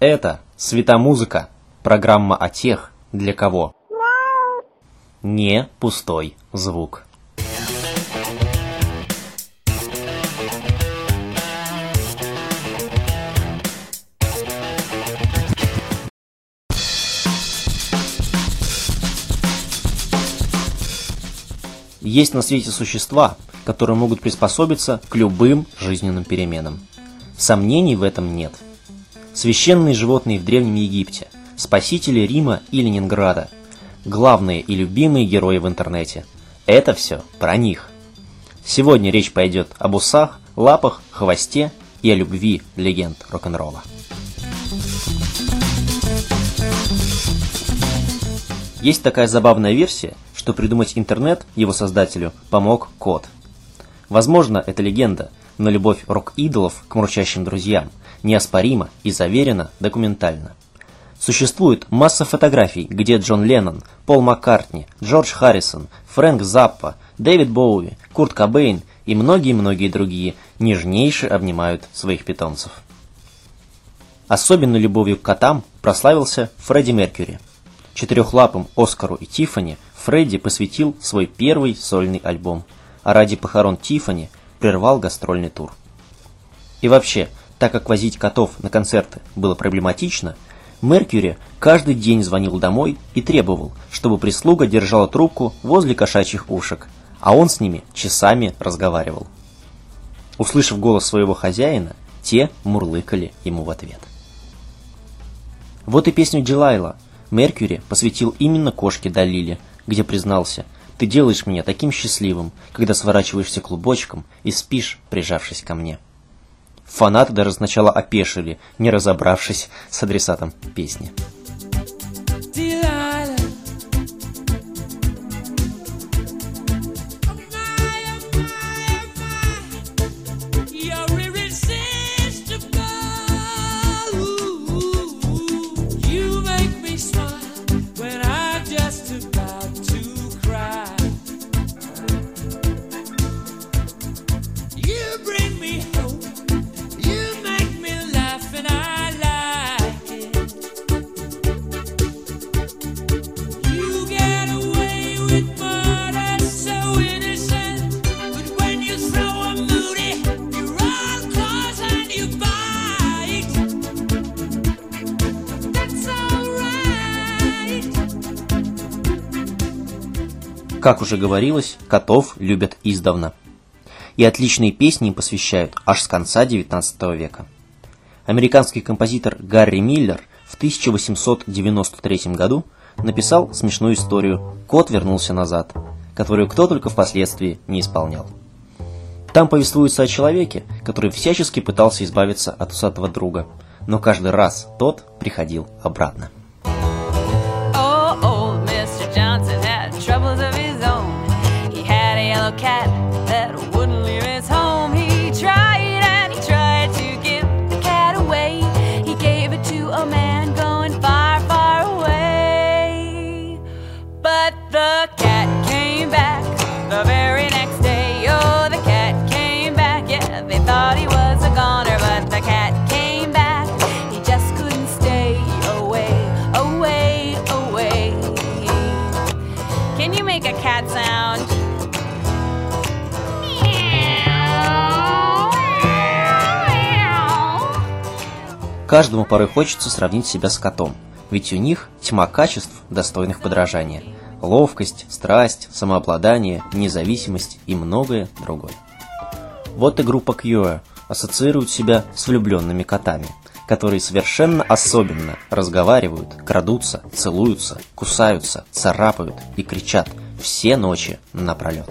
Это «Светомузыка», программа о тех, для кого не пустой звук. Есть на свете существа, которые могут приспособиться к любым жизненным переменам. Сомнений в этом нет. Священные животные в Древнем Египте, спасители Рима и Ленинграда, главные и любимые герои в интернете. Это все про них. Сегодня речь пойдет об усах, лапах, хвосте и о любви легенд рок-н-ролла. Есть такая забавная версия, что придумать интернет его создателю помог кот. Возможно, это легенда, но любовь рок-идолов к мурчащим друзьям неоспорима и заверена документально. Существует масса фотографий, где Джон Леннон, Пол Маккартни, Джордж Харрисон, Фрэнк Заппа, Дэвид Боуи, Курт Кобейн и многие-многие другие нежнейше обнимают своих питомцев. Особенной любовью к котам прославился Фредди Меркьюри. Четырехлапым Оскару и Тиффани Фредди посвятил свой первый сольный альбом, а ради похорон Тиффани прервал гастрольный тур. И вообще, так как возить котов на концерты было проблематично, Меркьюри каждый день звонил домой и требовал, чтобы прислуга держала трубку возле кошачьих ушек, а он с ними часами разговаривал. Услышав голос своего хозяина, те мурлыкали ему в ответ. Вот и песню «Дилайла» Меркьюри посвятил именно кошке Далиле, где признался: «Ты делаешь меня таким счастливым, когда сворачиваешься клубочком и спишь, прижавшись ко мне». Фанаты даже сначала опешили, не разобравшись с адресатом песни. Как уже говорилось, котов любят издавна. И отличные песни им посвящают аж с конца XIX века. Американский композитор Гарри Миллер в 1893 году написал смешную историю «Кот вернулся назад», которую кто только впоследствии не исполнял. Там повествуется о человеке, который всячески пытался избавиться от усатого друга, но каждый раз тот приходил обратно. Cat that wouldn't leave his home. He tried and he tried to give the cat away. He gave it to a man going far, far away. But the cat came back the very next day. Oh, the cat came back. Yeah, they thought he was a goner, but the cat came back. He just couldn't stay away, away, away. Can you make a cat sound? Каждому порой хочется сравнить себя с котом, ведь у них тьма качеств, достойных подражания. Ловкость, страсть, самообладание, независимость и многое другое. Вот и группа Cure ассоциирует себя с влюбленными котами, которые совершенно особенно разговаривают, крадутся, целуются, кусаются, царапают и кричат все ночи напролет.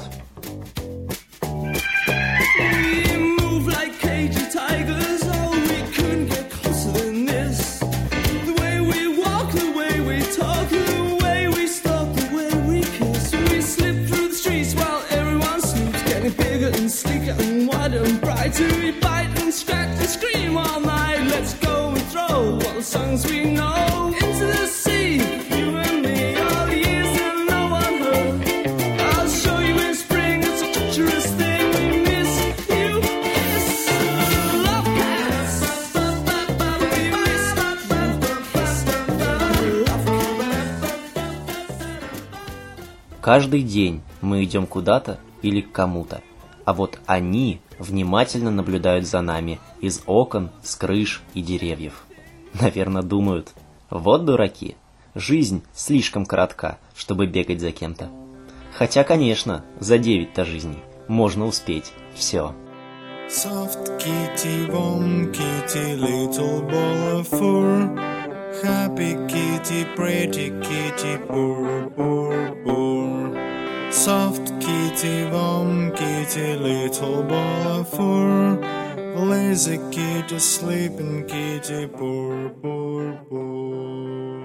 To bite and scratch and scream all night. Let's go and throw all the songs we know into the sea. You and me, all the years that no one heard. I'll show you in spring, it's a treacherous thing. We miss you. Love cats. We miss Каждый день мы идем куда-то или к кому-то, а вот они внимательно наблюдают за нами из окон, с крыш и деревьев. Наверное, думают: вот дураки, жизнь слишком коротка, чтобы бегать за кем-то. Хотя, конечно, за 9-то жизней можно успеть все. Soft kitty, warm kitty, little ball of fur. Happy kitty, pretty kitty, purr, purr, purr. Soft kitty, warm kitty, little ball of fur. Lazy kitty, sleeping kitty, purr, purr, purr.